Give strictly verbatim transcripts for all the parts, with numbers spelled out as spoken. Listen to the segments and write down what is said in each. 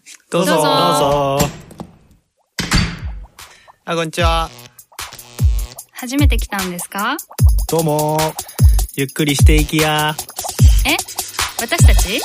どうぞどうぞ。あ、こんにちは。 初めて来たんですか？ どうも。ゆっくりしていきや。 え？私たち？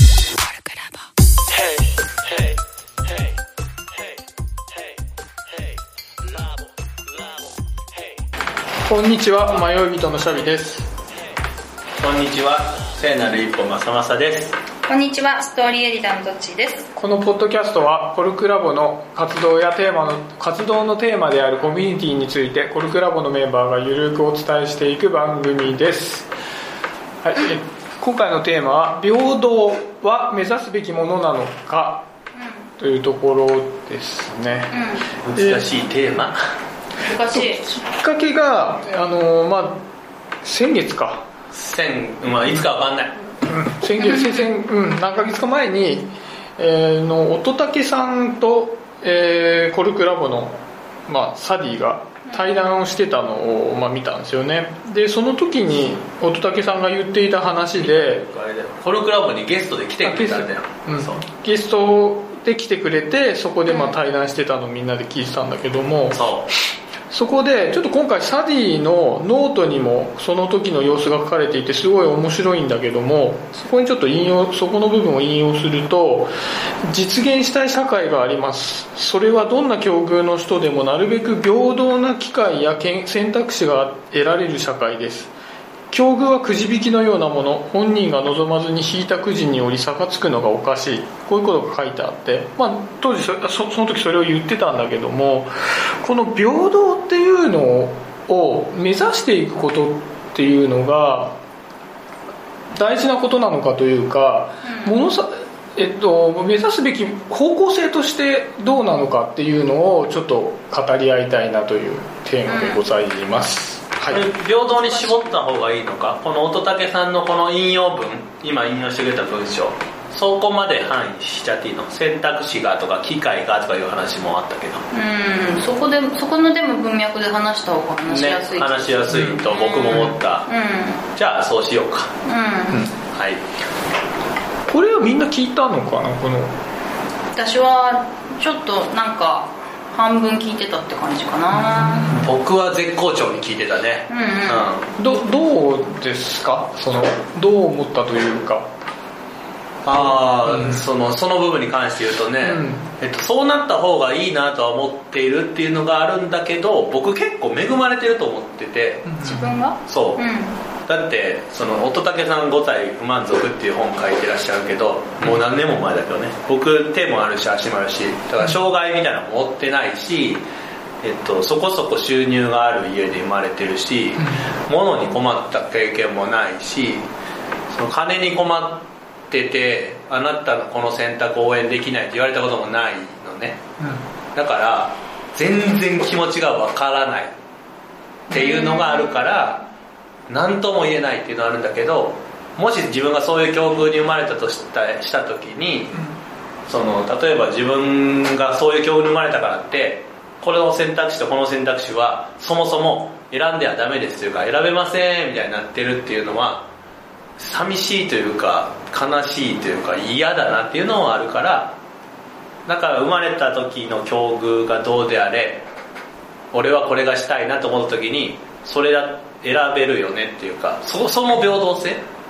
こんにちは、迷い人のシャビです。 こんにちは、聖なる一歩まさまさです。 こんにちは、ストーリーエディターのトッチーです。 このポッドキャストはコルクラボの活動やテーマの活動のテーマであるコミュニティについてコルクラボのメンバーがゆるくお伝えしていく番組です。はい、え今回のテーマは平等は目指すべきものなのか、うん、というところですね、 うん、難しいテーマ。 難しい。 きっかけがあの、まあ、先月か先、まあ、いつかわかんない、 うん、先月先、うん、何ヶ月か前に、えー、の乙武さんと、えー、コルクラボの、まあ、サディが対談をしてたのを、まあ、見たんですよね。でその時に乙武さんが言っていた話で、 あれだよ、コルクラボにゲストで来てくれたんだよ、 うん、ゲストで来てくれて、そこでまあ対談してたのをみんなで聞いてたんだけども、 そうそこでちょっと今回サディのノートにもその時の様子が書かれていてすごい面白いんだけども、そこにちょっと引用、そこの部分を引用すると、実現したい社会があります。それはどんな境遇の人でもなるべく平等な機会や選択肢が得られる社会です。境遇はくじ引きのようなもの、本人が望まずに引いたくじにより差がつくのがおかしい、こういうことが書いてあって、まあ、当時 そ, その時それを言ってたんだけども、この平等っていうのを目指していくことっていうのが大事なことなのかというか、ものさえっと、目指すべき方向性としてどうなのかっていうのをちょっと語り合いたいなというテーマでございます、 はい、平等に絞った方がいいのか、この乙武さんのこの引用文、今引用してくれた文章、そこまで範囲しちゃっていいの？選択肢がとか機会がとかいう話もあったけど、 うん、そこでそこのでも文脈で話した方が話しやすい、 ね、話しやすいと僕も思った、うんうん、じゃあそうしようか、うん、うん、はい。 これはみんな聞いたのかな？この私はちょっとなんか半分聞いてたって感じかな。 僕は絶好調に聞いてたね、 うんうん、ど, どうですか？そのどう思ったというか。 あ、うん、そのその部分に関して言うとね、うんえっと、そうなった方がいいなとは思っているっていうのがあるんだけど、僕結構恵まれてると思ってて、 自分がそう、うん、だってその乙武さんご体不満足っていう本書いてらっしゃるけど、もう何年も前だけどね、僕手もあるし足もあるし、だから障害みたいなのも持ってないし、えっと、そこそこ収入がある家で生まれてるし、物に困った経験もないし、その金に困っててあなたのこの選択を応援できないって言われたこともないのね、うん、だから全然気持ちがわからないっていうのがあるから何とも言えないっていうのがあるんだけど、もし自分がそういう境遇に生まれたとしたした時に、その例えば自分がそういう境遇に生まれたからってこれの選択肢とこの選択肢はそもそも選んではダメですというか選べませんみたいになってるっていうのは寂しいというか悲しいというか嫌だなっていうのもあるから、だから生まれた時の境遇がどうであれ俺はこれがしたいなと思った時にそれだ選べるよねっていうか、 そ, その平等性、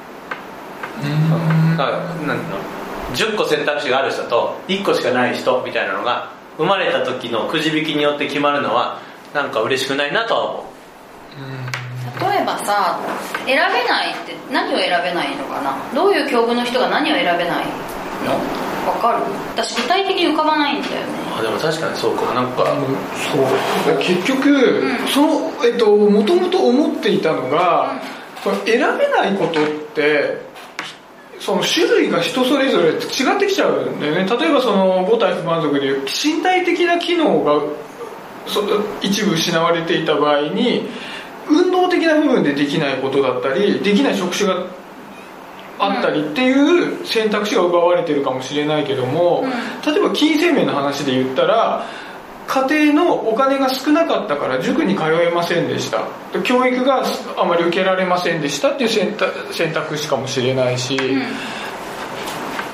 うんだから何のじゅっこ選択肢がある人といっこしかない人みたいなのが生まれた時のくじ引きによって決まるのはなんか嬉しくないなとは思う。 例えばさ、選べないって何を選べないのかな？どういう境遇の人が何を選べないの？分かる？私具体的に浮かばないんだよね。 あ、でも確かにそうか、なんか、うん、 そう結局、うん、そのえっともともと思っていたのが、うん、選べないことってその種類が人それぞれ違ってきちゃうんだよね。例えばその五体不満足でいう身体的な機能が一部失われていた場合に運動的な部分でできないことだったりできない職種があったりっていう選択肢が奪われてるかもしれないけども、うん、例えば金銭面の話で言ったら家庭のお金が少なかったから塾に通えませんでした、教育があまり受けられませんでしたっていう選択、選択肢かもしれないし、うん、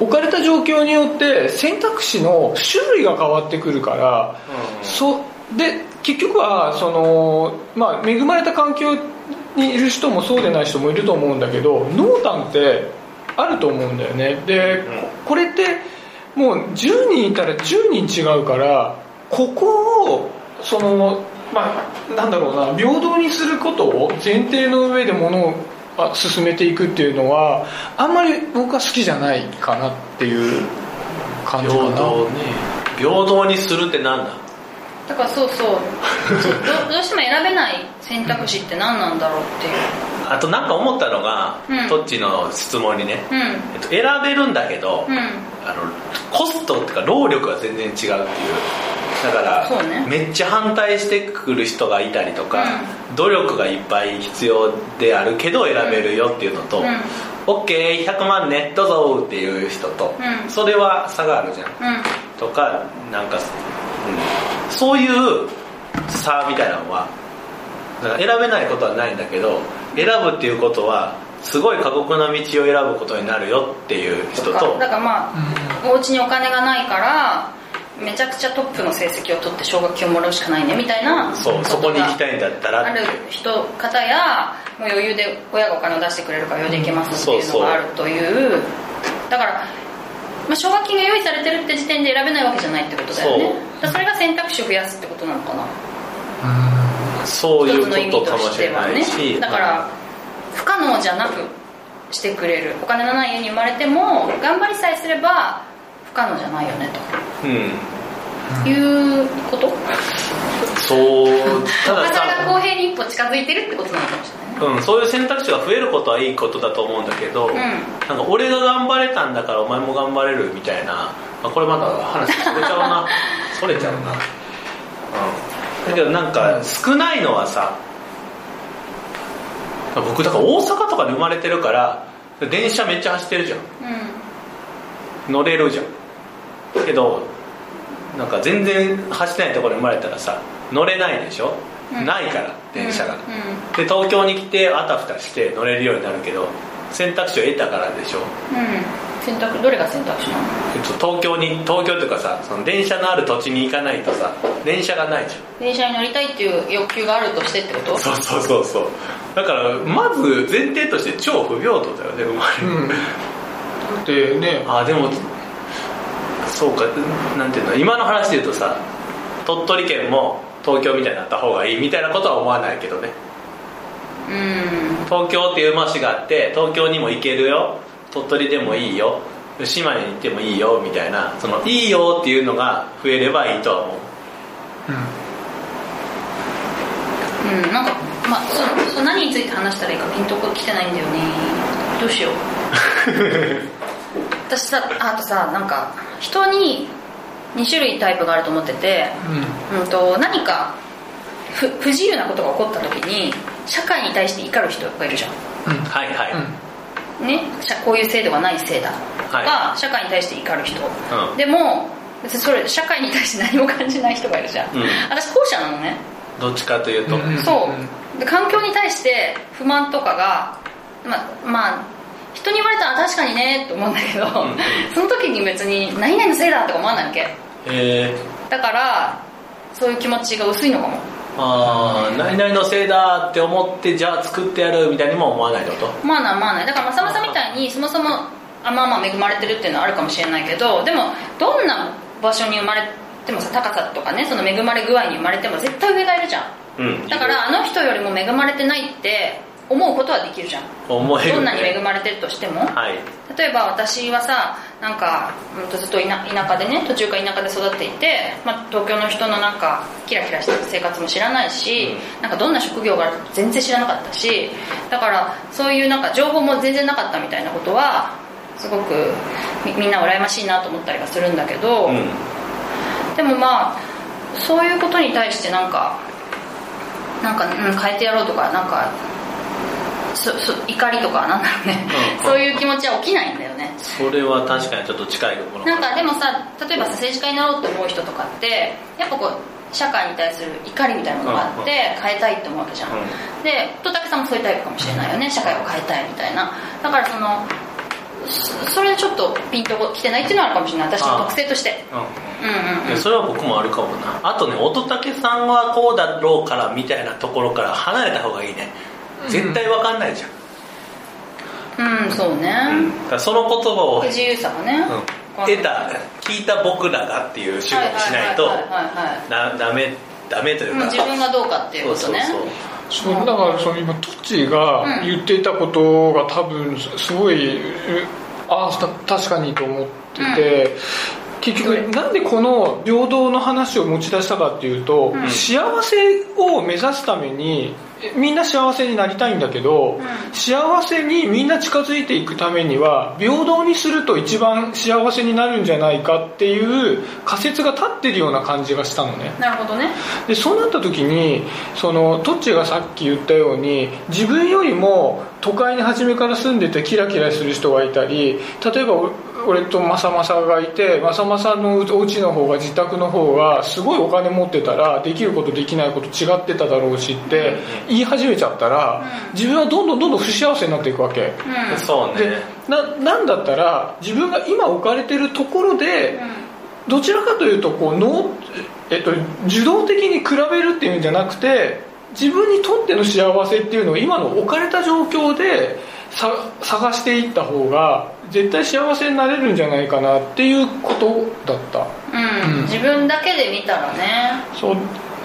置かれた状況によって選択肢の種類が変わってくるから、うん、そで結局はその、まあ、恵まれた環境にいる人もそうでない人もいると思うんだけど、濃淡ってあると思うんだよね。で、うん、これってもうじゅうにんいたらじゅうにん違うから、ここをその、まあ、なんだろうな、平等にすることを前提の上でものを進めていくっていうのはあんまり僕は好きじゃないかなっていう感じかな。 平等ね、平等にするってなんだ。 だからそうそうど, どうしても選べない選択肢って何なんだろうっていう。 あとなんか思ったのが、うん、トッチの質問にね、うんえっと、選べるんだけど、うん、あのコストっていうか労力が全然違うっていう。だから、ね、めっちゃ反対してくる人がいたりとか、うん、努力がいっぱい必要であるけど選べるよっていうのと、うん、オッケーひゃくまんねどうぞっていう人と、うん、それは差があるじゃん、うん、とかなんか、うん、そういう差みたいなのはだから選べないことはないんだけど、選ぶっていうことはすごい過酷な道を選ぶことになるよっていう人と、 だからまあ、うん、お家にお金がないからめちゃくちゃトップの成績を取って奨学金をもらうしかないねみたいな、 そうそこに行きたいんだったらある人方や、もう余裕で親がお金を出してくれるから余裕で行けますっていうのがあるという、そうそうだから、まあ、奨学金が用意されてるって時点で選べないわけじゃないってことだよね。そ, それが選択肢を増やすってことなのかな。 うん、そういうことかもしれないし、 だから不可能じゃなくしてくれる、お金のない家に生まれても頑張りさえすれば不可能じゃないよねと、うん、いうこと。 そうただそれが公平に一歩近づいてるってことなのかもしれないね、 うん、そういう選択肢が増えることはいいことだと思うんだけど、うん、なんか俺が頑張れたんだからお前も頑張れるみたいな、まあ、これまだ話それちゃうなそれちゃうな、うん、だけどなんか少ないのはさ、僕だから大阪とかで生まれてるから電車めっちゃ走ってるじゃん、うん、乗れるじゃん。けどなんか全然走ってないところに生まれたらさ乗れないでしょ、うん、ないから電車が、うんうん、で東京に来てあたふたして乗れるようになるけど選択肢を得たからでしょ、うん、 選択どれが選択肢なの、 えっと、東京に東京というかさ、その電車のある土地に行かないとさ電車がないじゃん。 電車に乗りたいっていう欲求があるとしてってこと。 そうそうそうそう。だからまず前提として超不平等だよね生まれる、うん、だってね、 あでもそうか、なんていうの、今の話で言うとさ鳥取県も東京みたいになった方がいいみたいなことは思わないけどね。うん、東京っていう街があって東京にも行けるよ、鳥取でもいいよ、島根に行ってもいいよみたいな、そのいいよっていうのが増えればいいとは思う。 うん、うん、なんかまあそそ何について話したらいいかピンとこ来てないんだよね。どうしよう私さ、あとさ、なんか人にに種類タイプがあると思ってて、うんうん、と何か不, 不自由なことが起こった時に社会に対して怒る人がいるじゃん、うん、 はいはい、 うんね、こういう制度がないせいだとか、はい、社会に対して怒る人、うん、でも別にそれ社会に対して何も感じない人がいるじゃん、うん、私後者なのね。 どっちかというと、うん、 そうで環境に対して不満とかがま, まあ人に言われたら確かにねって思うんだけど、うん、その時に別に何々のせいだとか思わないわけ。へだからそういう気持ちが薄いのかも。 ああ、何々のせいだって思ってじゃあ作ってやるみたいにも思わないのと。 思わない思わない。だからまさまさみたいにそもそもあまあまあ恵まれてるっていうのはあるかもしれないけど、でもどんな場所に生まれてもさ、高さとかね、その恵まれ具合に生まれても絶対上がいるじゃん、うん、だからあの人よりも恵まれてないって思うことはできるじゃん。 思えるね、 どんなに恵まれてるとしても、はい、例えば私はさ、なんかずっと 田, 田舎でね、途中から田舎で育っていて、まあ、東京の人のなんかキラキラした生活も知らないし、うん、なんかどんな職業があるか全然知らなかったし、だからそういうなんか情報も全然なかったみたいなことはすごく み, みんな羨ましいなと思ったりはするんだけど、うん、でもまあそういうことに対してなんかなんか、うん、変えてやろうとかなんかそそ怒りとかなんだろうね、うん、そういう気持ちは起きないんだよね。 それは確かにちょっと近いところ。 なんかでもさ、例えばさ政治家になろうって思う人とかってやっぱこう社会に対する怒りみたいなものがあって変えたいって思うわけじゃん、うん、で乙武さんもそういうタイプかもしれないよね、社会を変えたいみたいな。だからそのそれでちょっとピンときてないっていうのはあるかもしれない、私の特性として。 うんうんうん、それは僕もあるかもな。あとね、乙武さんはこうだろうからみたいなところから離れた方がいいね。絶対分かんないじゃん。うん、うん、そうね、 うん、だからその言葉を不自由さがね、 うん、得た聞いた僕らがっていう仕事しないとダメダメというか、 うん、自分がどうかっていうことね。 そうそうそうそう、だからその今トッチーが言っていたことが多分すごい、うん、ああ確かにと思ってて、うん、結局なんでこの平等の話を持ち出したかっていうと、うん、幸せを目指すためにみんな幸せになりたいんだけど、うん、幸せにみんな近づいていくためには平等にすると一番幸せになるんじゃないかっていう仮説が立ってるような感じがしたのね。 なるほどね。 でそうなった時にそのトッチがさっき言ったように自分よりも都会に初めから住んでてキラキラする人がいたり、例えば俺とマサマサがいて、マサマサのお家の方が自宅の方がすごいお金持ってたらできることできないこと違ってただろうしって言い始めちゃったら、うん、自分はどんどんどんどん不幸せになっていくわけ、 うん、そうね。 で な, なんだったら自分が今置かれてるところで、うん、どちらかというとこうの、えっと、受動的に比べるっていうんじゃなくて、自分にとっての幸せっていうのを今の置かれた状況でさ探していった方が絶対幸せになれるんじゃないかなっていうことだった、 うんうん、自分だけで見たらね。 そう、うん、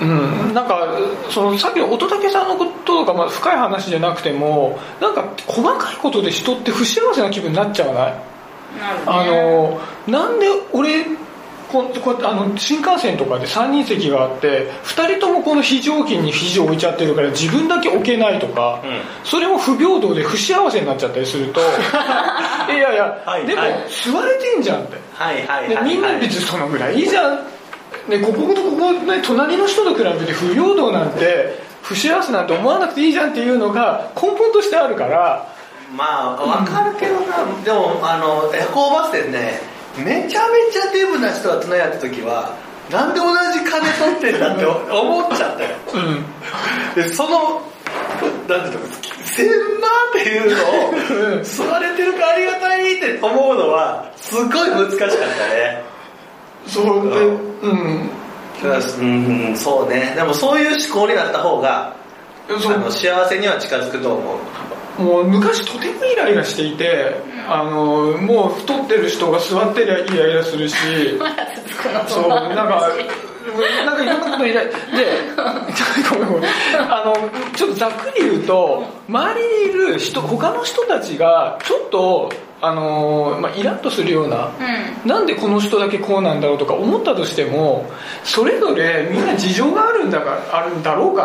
なんかそのさっきの乙武さんのこととか、まあ、深い話じゃなくてもなんか細かいことで人って不幸せな気分になっちゃわない？ なるね。 あのなんで俺ここあの新幹線とかでさんにん席があってふたりともこの非常勤に肘を置いちゃってるから自分だけ置けないとか、うん、それも不平等で不幸せになっちゃったりするといやいや、はい、でも、はい、座れてんじゃんって、 はいはいはいはい、 でみんな別にそのぐらいいいじゃん、ね、こことここ、ね、隣の人と比べて不平等なんて不幸せなんて思わなくていいじゃんっていうのが根本としてあるから。 まあ分かるけどな、うん、でもあの夜行バスでねめちゃめちゃデブな人が隣やった時はなんで同じ金取ってんだって思っちゃったよ、うん、でそのなんていうのせんまんっていうのを吸われてるかありがたいって思うのはすごい難しかったね。 そうで、うん、 うん、そうね。でもそういう思考になった方があの幸せには近づくと思う。 もう昔とてもイライラしていて、あのもう太ってる人が座ってりゃイライラするしまだ続くの？ そうなんかなんかいろんなことイライラでごめんごめんあのちょっとざっくり言うと周りにいる人他の人たちがちょっとあの、まあ、イラッとするような、うん、なんでこの人だけこうなんだろうとか思ったとしてもそれぞれみんな事情があるんだからあるんだろうから、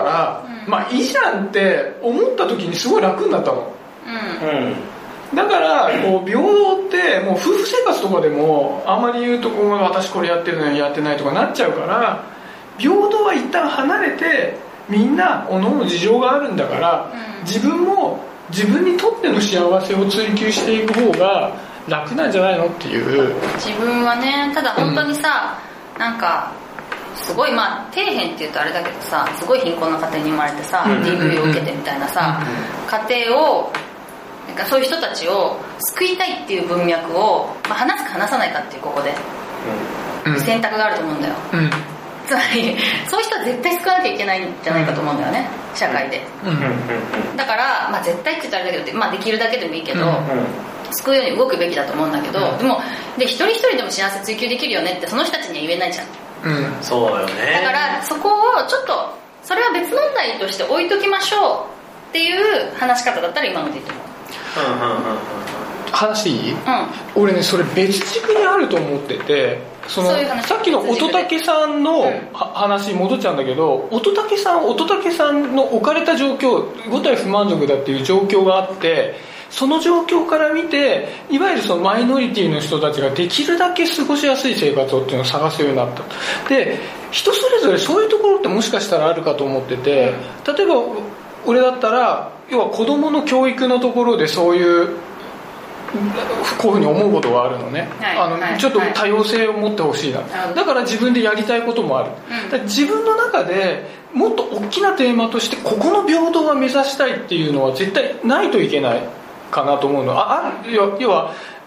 うん、まあいいじゃんって思った時にすごい楽になったの、うんうんだからこう平等ってもう夫婦生活とかでもあんまり言うと私これやってるのにやってないとかなっちゃうから平等は一旦離れてみんな各々事情があるんだから自分も自分にとっての幸せを追求していく方が楽なんじゃないのっていう。 自分はねただ本当にさ、うん、なんかすごいまあ底辺っていうとあれだけどさすごい貧困な家庭に生まれてさ ディーブイ を受けてみたいなさ家庭をなんかそういう人たちを救いたいっていう文脈を、まあ、話すか話さないかっていうここで、うん、選択があると思うんだよ、うん、つまりそういう人は絶対救わなきゃいけないんじゃないかと思うんだよね社会で、うん、だから、まあ、絶対って言ったらあれだけど、まあ、できるだけでもいいけど、うん、救うように動くべきだと思うんだけど、うん、でもで一人一人でも幸せ追求できるよねってその人たちには言えないじゃん、 うん、そうよね。 だからそこをちょっとそれは別問題として置いときましょうっていう話し方だったら今のでいいと思う。うんうんうんうん、 話いい、うん、俺ねそれ別軸にあると思っててそのさっきの乙武さんの、うん、話に戻っちゃうんだけど乙武さん乙武さんの置かれた状況五体不満足だっていう状況があってその状況から見ていわゆるそのマイノリティの人たちができるだけ過ごしやすい生活をっていうのを探すようになったで人それぞれそういうところってもしかしたらあるかと思ってて例えば俺だったら要は子供の教育のところでそういうこういうふうに思うことがあるのね、はい、あの、はい、ちょっと多様性を持ってほしいな、はい、だから自分でやりたいこともある、うん、だから自分の中でもっと大きなテーマとしてここの平等は目指したいっていうのは絶対ないといけないかなと思うのああ要は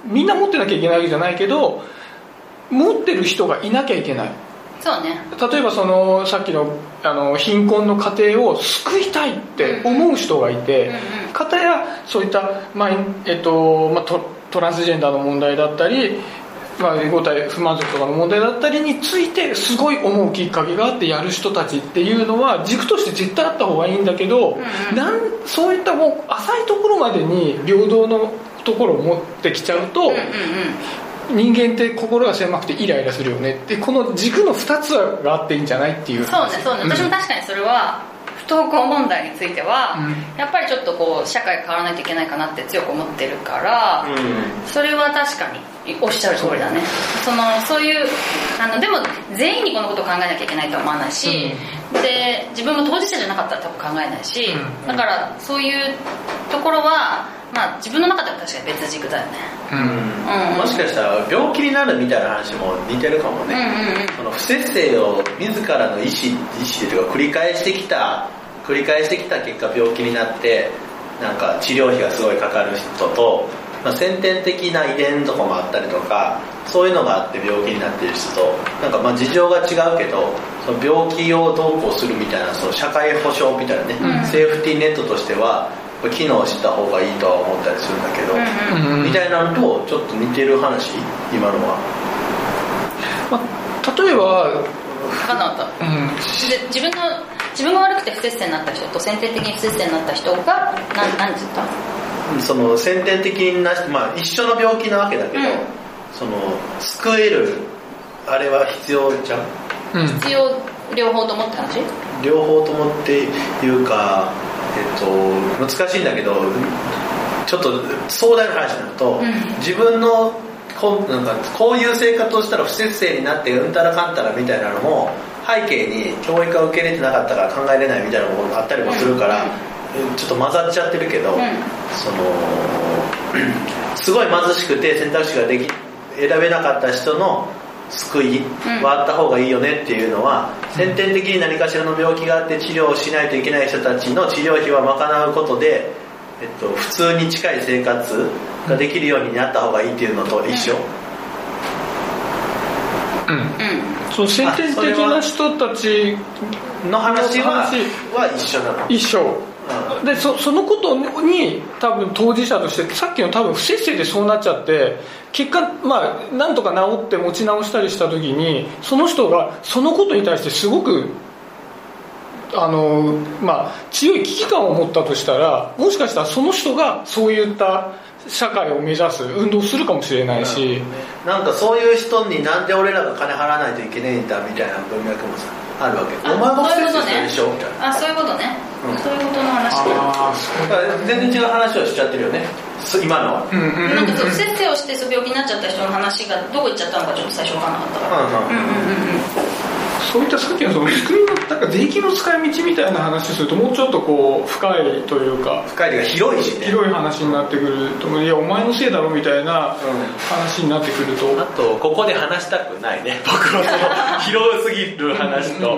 みんな持ってなきゃいけないわけじゃないけど持ってる人がいなきゃいけない。 そうね、 例えばそのさっきの、あの貧困の家庭を救いたいって思う人がいて、 うんうん、 かたやそういった、まあえっとまあ、ト, トランスジェンダーの問題だったり、まあ、五体不満足とかの問題だったりについてすごい思うきっかけがあってやる人たちっていうのは軸として絶対あった方がいいんだけど、うんうん、なんそういったもう浅いところまでに平等のところを持ってきちゃうと、うんうんうん、人間って心が狭くてイライラするよねってこの軸のふたつがあっていいんじゃないっていう。 そうねそうね、私も確かにそれは不登校問題については、うん、やっぱりちょっとこう社会が変わらないといけないかなって強く思ってるから、うん、それは確かにおっしゃる通りだね。そのそういうあのでも全員にこのことを考えなきゃいけないとは思わないし、うん、で自分も当事者じゃなかったら多分考えないし、うん、だからそういうところはまあ自分の中では確かに別軸だよね、 うんうん、もしかしたら病気になるみたいな話も似てるかもね、うんうんうん、その不摂生を自らの意思、意思というか繰り返してきた繰り返してきた結果病気になってなんか治療費がすごいかかる人と、まあ、先天的な遺伝とかもあったりとかそういうのがあって病気になっている人となんかまあ事情が違うけどその病気をどうこうするみたいなその社会保障みたいなね、うん、セーフティーネットとしては機能した方がいいとは思ったりするんだけど、うんうん、みたいなのとちょっと似てる話今のは、 まあ、例えば分かんなかった、うん、で自分の自分が悪くて不摂生になった人と先天的に不摂生になった人が何何て言った？ その先天的な、まあ、一緒の病気なわけだけど、うん、その救えるあれは必要じゃん、 うん、必要両方ともって話？ 両方ともっていうか、えっと、難しいんだけどちょっと壮大な話になると、うん、自分のこう、なんかこういう生活をしたら不摂生になってうんたらかんたらみたいなのも背景に教育が受け入れてなかったから考えれないみたいなものがあったりもするから、うん、ちょっと混ざっちゃってるけど、うん、そのすごい貧しくて選択肢ができ選べなかった人の救いはあった方がいいよねっていうのは、うん、先天的に何かしらの病気があって治療をしないといけない人たちの治療費は賄うことで、えっと、普通に近い生活ができるようになった方がいいっていうのと一緒、 うんうん、そう先天的な人たちの話は一緒なの？ 一緒、うん、で そ, そのことに多分当事者としてさっきの多分不摂生でそうなっちゃって結果まあなんとか治って持ち直したりした時にその人がそのことに対してすごくあの、まあ、強い危機感を持ったとしたらもしかしたらその人がそういった社会を目指す運動するかもしれないし、 なんかそういう人になんで俺らが金払わないといけないんだみたいな文脈もさあるわけ。お前も不摂生してるでしょみたいな。 あ、そういうことね、うん、そういうことの話ああ全然違う話をしちゃってるよね今のは、 うんうんうん、なんか不摂生をして病気になっちゃった人の話がどこ行っちゃったのかちょっと最初分からなかったから、うんうんうんうん、 そういったさっきのその救いのなんか税金の使い道みたいな話するともうちょっとこう深いというか深いというか広いしね広い話になってくるといやお前のせいだろみたいな話になってくると、 うん、あとここで話したくないね僕はその広すぎる話と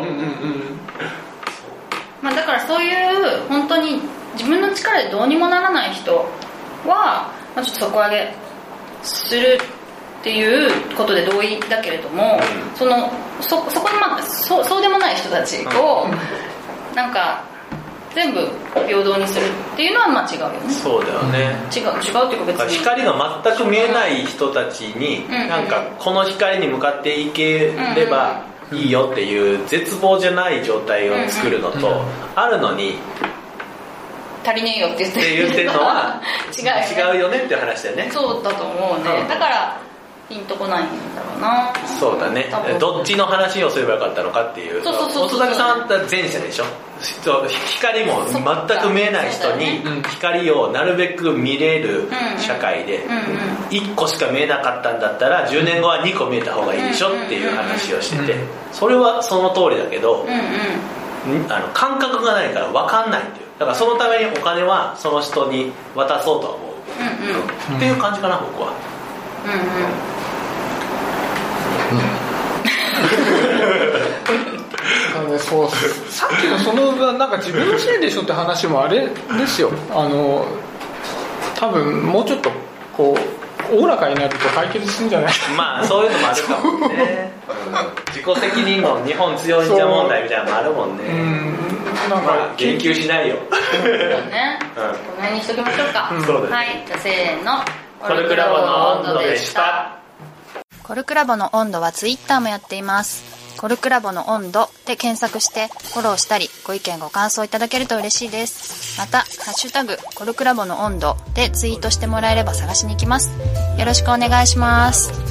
まあだからそういう本当に自分の力でどうにもならない人は、まあ、ちょっと底上げするっていうことで同意だけれども、うん、その そ, そこに、まあ、そ う, そうでもない人たちを、うん、なんか全部平等にするっていうのはまあ違うよね。 そうだよね、 違う違うっていうか別に光が全く見えない人たちに、うん、なんかこの光に向かっていければいいよっていう絶望じゃない状態を作るのと、うんうん、あるのに足りねえよって言ってるっていうのは違うよね、 違うよねっていう話だよね。 そうだと思うね、うん、だからピンとこないんだろうな。 そうだね、どっちの話をすればよかったのかっていう。 そうそうそう乙武さんは前者でしょ。光も全く見えない人に光をなるべく見れる社会でいっこしか見えなかったんだったらじゅうねんごはにこ見えた方がいいでしょっていう話をしてて、それはその通りだけど、あの感覚がないから分かんないっていう。だからそのためにお金はその人に渡そうとは思う、うんうん、っていう感じかな僕は。 うんうん、そうさっきのそのなんか自分のせいでしょって話もあれですよ。あの多分もうちょっとこうおおらかになると解決するんじゃないかまあそういうのもあるかもね、うん、自己責任の日本強いんじゃ問題みたいなのもあるもんね。うん、なんか、まあ、言及しないよそうね、うん、この辺にしときましょうか、うん、そうです。はい、じゃあせーの、 コルクラボの温度でした。 コルクラボの温度はツイッターもやっています。コルクラボの温度で検索してフォローしたりご意見ご感想いただけると嬉しいです。またハッシュタグコルクラボの温度でツイートしてもらえれば探しに行きます。よろしくお願いします。